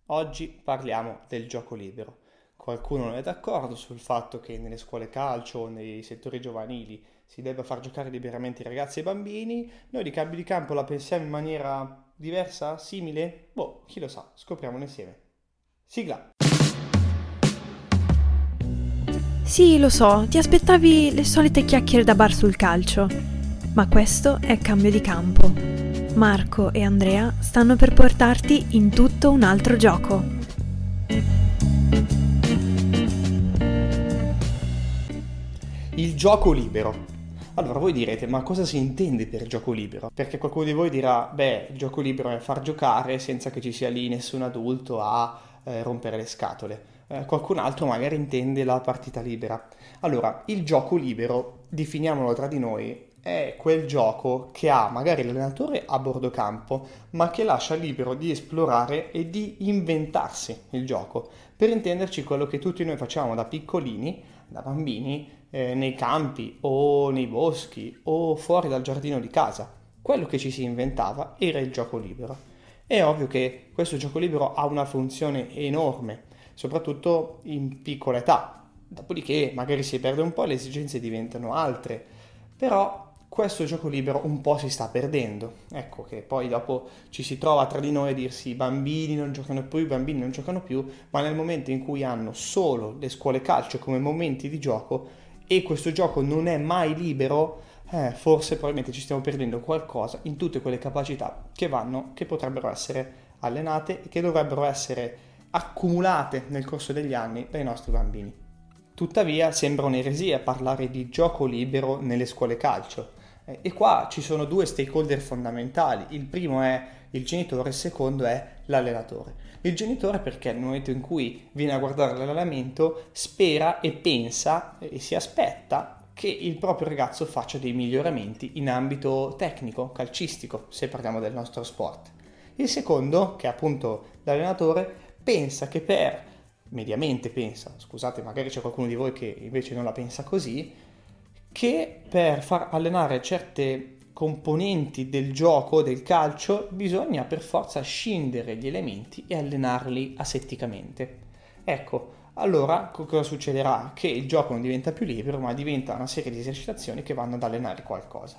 Oggi parliamo del gioco libero. Qualcuno non è d'accordo sul fatto che nelle scuole calcio o nei settori giovanili si debba far giocare liberamente i ragazzi e i bambini. Noi di Cambio di Campo la pensiamo in maniera diversa, simile? Boh, chi lo sa, scopriamolo insieme. Sigla! Sì, lo so, ti aspettavi le solite chiacchiere da bar sul calcio, ma questo è Cambio di Campo. Marco e Andrea stanno per portarti in tutto un altro gioco. Il gioco libero. Allora voi direte, ma cosa si intende per gioco libero? Perché qualcuno di voi dirà, beh, il gioco libero è far giocare senza che ci sia lì nessun adulto a rompere le scatole. Qualcun altro magari intende la partita libera. Allora, il gioco libero, definiamolo tra di noi, è quel gioco che ha magari l'allenatore a bordo campo, ma che lascia libero di esplorare e di inventarsi il gioco. Per intenderci quello che tutti noi facciamo da piccolini, da bambini, nei campi o nei boschi o fuori dal giardino di casa. Quello che ci si inventava era il gioco libero. È ovvio che questo gioco libero ha una funzione enorme, soprattutto in piccola età. Dopodiché magari si perde un po' e le esigenze diventano altre. Però questo gioco libero un po' si sta perdendo. Ecco che poi dopo ci si trova tra di noi a dirsi i bambini non giocano più, i bambini non giocano più, ma nel momento in cui hanno solo le scuole calcio come momenti di gioco e questo gioco non è mai libero, forse probabilmente ci stiamo perdendo qualcosa in tutte quelle capacità che potrebbero essere allenate e che dovrebbero essere accumulate nel corso degli anni dai nostri bambini. Tuttavia sembra un'eresia parlare di gioco libero nelle scuole calcio. E qua ci sono due stakeholder fondamentali. Il primo è il genitore, il secondo è l'allenatore. Il genitore perché nel momento in cui viene a guardare l'allenamento spera e pensa e si aspetta che il proprio ragazzo faccia dei miglioramenti in ambito tecnico, calcistico, se parliamo del nostro sport. Il secondo, che è appunto l'allenatore, pensa che mediamente pensa, scusate, magari c'è qualcuno di voi che invece non la pensa così, che per far allenare certe componenti del gioco, del calcio, bisogna per forza scindere gli elementi e allenarli asetticamente. Ecco, allora cosa succederà? Che il gioco non diventa più libero, ma diventa una serie di esercitazioni che vanno ad allenare qualcosa.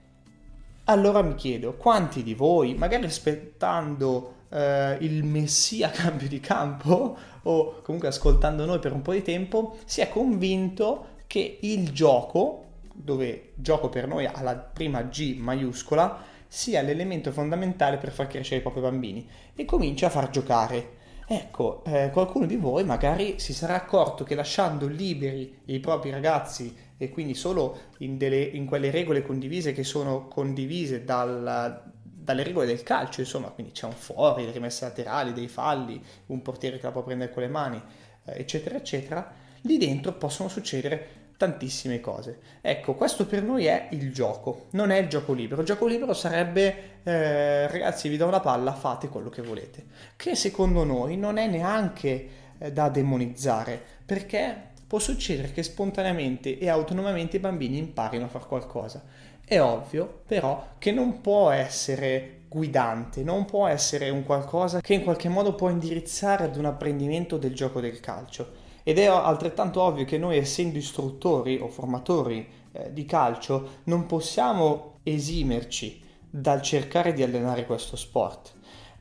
Allora mi chiedo, quanti di voi, magari aspettando il messia cambio di campo o comunque ascoltando noi per un po' di tempo, si è convinto che il gioco, dove gioco per noi ha la prima G maiuscola, sia l'elemento fondamentale per far crescere i propri bambini e comincia a far giocare. Ecco, qualcuno di voi magari si sarà accorto che lasciando liberi i propri ragazzi e quindi solo in quelle regole condivise che sono condivise dalle regole del calcio, insomma, quindi c'è un fuori, le rimesse laterali, dei falli, un portiere che la può prendere con le mani, eccetera, eccetera, lì dentro possono succedere tantissime cose. Ecco, questo per noi è il gioco, non è il gioco libero. Il gioco libero sarebbe, ragazzi, vi do una palla, fate quello che volete, che secondo noi non è neanche da demonizzare, perché può succedere che spontaneamente e autonomamente i bambini imparino a fare qualcosa. È ovvio, però, che non può essere guidante, non può essere un qualcosa che in qualche modo può indirizzare ad un apprendimento del gioco del calcio. Ed è altrettanto ovvio che noi, essendo istruttori o formatori di calcio, non possiamo esimerci dal cercare di allenare questo sport.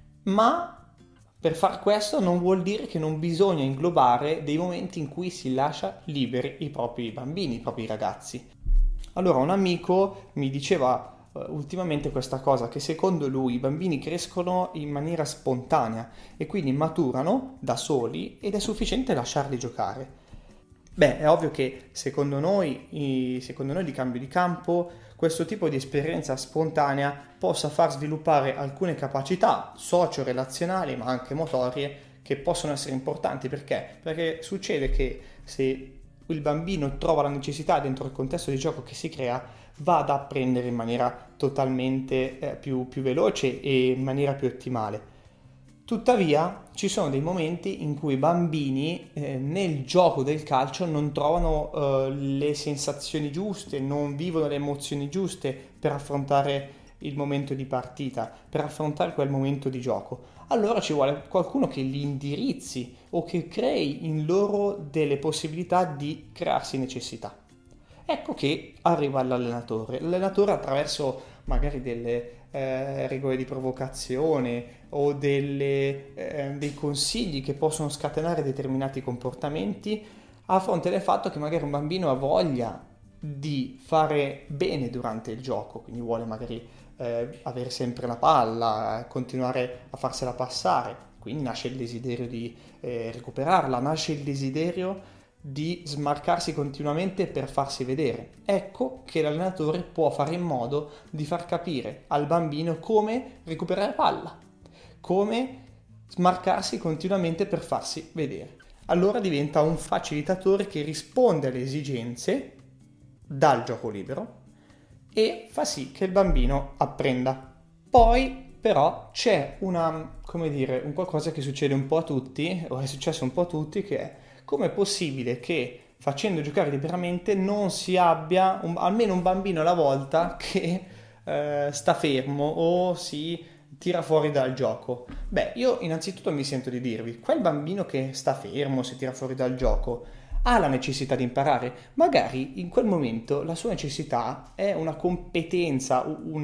Ma per far questo non vuol dire che non bisogna inglobare dei momenti in cui si lascia liberi i propri bambini, i propri ragazzi. Allora un amico mi diceva ultimamente questa cosa, che secondo lui i bambini crescono in maniera spontanea e quindi maturano da soli ed è sufficiente lasciarli giocare. Beh, è ovvio che secondo noi di Cambio di Campo questo tipo di esperienza spontanea possa far sviluppare alcune capacità socio-relazionali ma anche motorie che possono essere importanti. Perché? Perché succede che se il bambino trova la necessità dentro il contesto di gioco che si crea, va ad apprendere in maniera totalmente più veloce e in maniera più ottimale. Tuttavia ci sono dei momenti in cui i bambini nel gioco del calcio non trovano le sensazioni giuste, non vivono le emozioni giuste per affrontare il momento di partita, per affrontare quel momento di gioco, allora ci vuole qualcuno che li indirizzi o che crei in loro delle possibilità di crearsi necessità. Ecco che arriva l'allenatore. L'allenatore attraverso magari delle regole di provocazione o dei consigli che possono scatenare determinati comportamenti, a fronte del fatto che magari un bambino ha voglia di fare bene durante il gioco, quindi vuole magari avere sempre la palla, continuare a farsela passare, quindi nasce il desiderio di recuperarla, nasce il desiderio di smarcarsi continuamente per farsi vedere. Ecco che l'allenatore può fare in modo di far capire al bambino come recuperare palla, come smarcarsi continuamente per farsi vedere. Allora diventa un facilitatore che risponde alle esigenze dal gioco libero e fa sì che il bambino apprenda. Poi però c'è un qualcosa che succede un po' a tutti, o è successo un po' a tutti, che è: come è possibile che facendo giocare liberamente non si abbia almeno un bambino alla volta che sta fermo o si tira fuori dal gioco? Beh, io innanzitutto mi sento di dirvi, quel bambino che sta fermo, si tira fuori dal gioco, ha la necessità di imparare. Magari in quel momento la sua necessità è una competenza,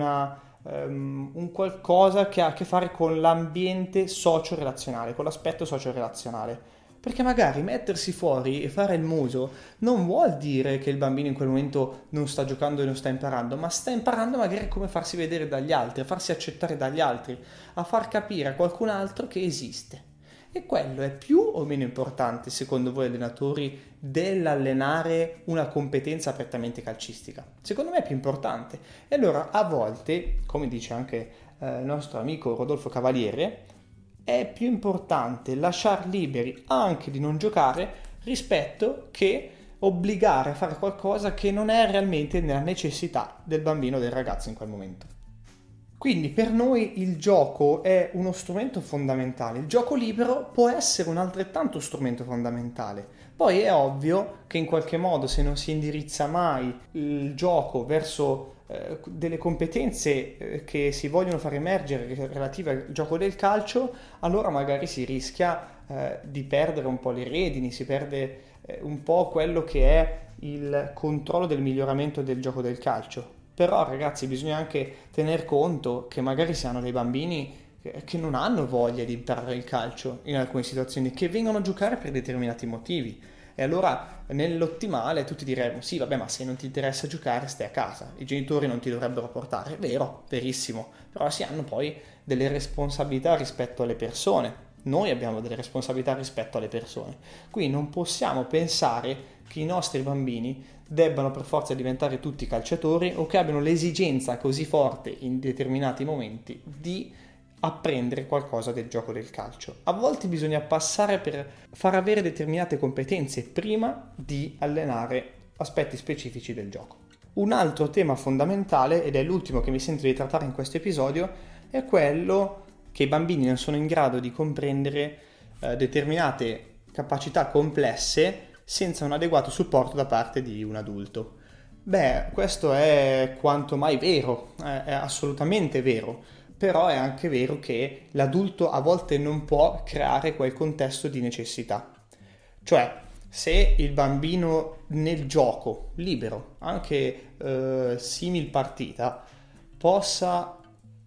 un qualcosa che ha a che fare con l'ambiente socio-relazionale, con l'aspetto socio-relazionale. Perché magari mettersi fuori e fare il muso non vuol dire che il bambino in quel momento non sta giocando e non sta imparando, ma sta imparando magari come farsi vedere dagli altri, a farsi accettare dagli altri, a far capire a qualcun altro che esiste. E quello è più o meno importante, secondo voi allenatori, dell'allenare una competenza prettamente calcistica? Secondo me è più importante. E allora a volte, come dice anche il nostro amico Rodolfo Cavaliere, è più importante lasciar liberi anche di non giocare rispetto che obbligare a fare qualcosa che non è realmente nella necessità del bambino o del ragazzo in quel momento. Quindi per noi il gioco è uno strumento fondamentale, il gioco libero può essere un altrettanto strumento fondamentale. Poi è ovvio che in qualche modo, se non si indirizza mai il gioco verso delle competenze che si vogliono far emergere relative al gioco del calcio, allora magari si rischia di perdere un po' le redini, si perde un po' quello che è il controllo del miglioramento del gioco del calcio. Però ragazzi, bisogna anche tener conto che magari si hanno dei bambini che non hanno voglia di imparare il calcio in alcune situazioni, che vengono a giocare per determinati motivi. E allora nell'ottimale tutti diremmo: sì, vabbè, ma se non ti interessa giocare stai a casa, i genitori non ti dovrebbero portare. È vero, verissimo, però si hanno poi delle responsabilità rispetto alle persone. Noi abbiamo delle responsabilità rispetto alle persone. Quindi non possiamo pensare che i nostri bambini debbano per forza diventare tutti calciatori o che abbiano l'esigenza così forte in determinati momenti di apprendere qualcosa del gioco del calcio. A volte bisogna passare per far avere determinate competenze prima di allenare aspetti specifici del gioco. Un altro tema fondamentale, ed è l'ultimo che mi sento di trattare in questo episodio, è quello che i bambini non sono in grado di comprendere determinate capacità complesse senza un adeguato supporto da parte di un adulto. Beh, questo è quanto mai vero, è assolutamente vero, però è anche vero che l'adulto a volte non può creare quel contesto di necessità. Cioè, se il bambino nel gioco libero, anche simil partita, possa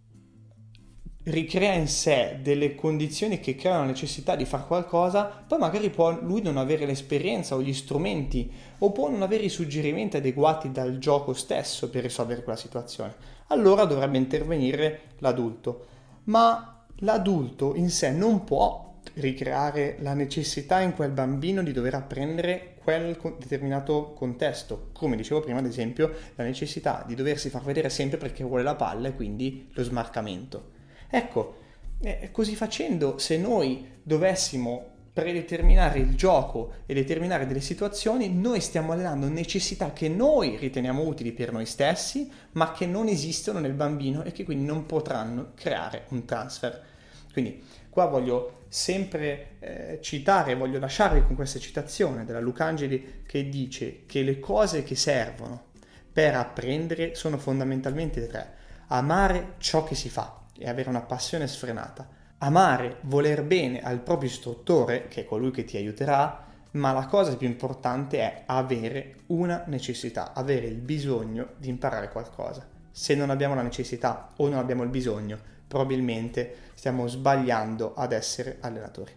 ricrea in sé delle condizioni che creano la necessità di fare qualcosa, poi magari può lui non avere l'esperienza o gli strumenti, o può non avere i suggerimenti adeguati dal gioco stesso per risolvere quella situazione. Allora dovrebbe intervenire l'adulto. Ma l'adulto in sé non può ricreare la necessità in quel bambino di dover apprendere quel determinato contesto. Come dicevo prima, ad esempio, la necessità di doversi far vedere sempre perché vuole la palla e quindi lo smarcamento. Ecco, così facendo, se noi dovessimo predeterminare il gioco e determinare delle situazioni, noi stiamo allenando necessità che noi riteniamo utili per noi stessi, ma che non esistono nel bambino e che quindi non potranno creare un transfer. Quindi qua voglio sempre citare, voglio lasciarvi con questa citazione della Lucangeli che dice che le cose che servono per apprendere sono fondamentalmente tre: amare ciò che si fa e avere una passione sfrenata, amare, voler bene al proprio istruttore, che è colui che ti aiuterà, ma la cosa più importante è avere una necessità, avere il bisogno di imparare qualcosa. Se non abbiamo la necessità o non abbiamo il bisogno, probabilmente stiamo sbagliando ad essere allenatori.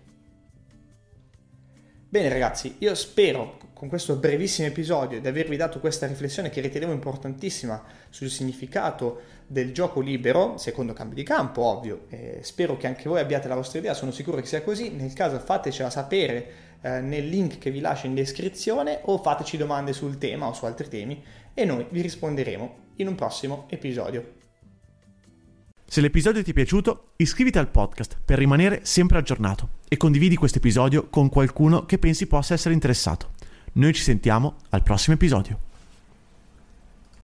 Bene ragazzi, io spero con questo brevissimo episodio di avervi dato questa riflessione che ritenevo importantissima sul significato del gioco libero, secondo Cambio di Campo, ovvio. Spero che anche voi abbiate la vostra idea, sono sicuro che sia così. Nel caso fatecela sapere nel link che vi lascio in descrizione o fateci domande sul tema o su altri temi e noi vi risponderemo in un prossimo episodio. Se l'episodio ti è piaciuto, iscriviti al podcast per rimanere sempre aggiornato e condividi questo episodio con qualcuno che pensi possa essere interessato. Noi ci sentiamo al prossimo episodio.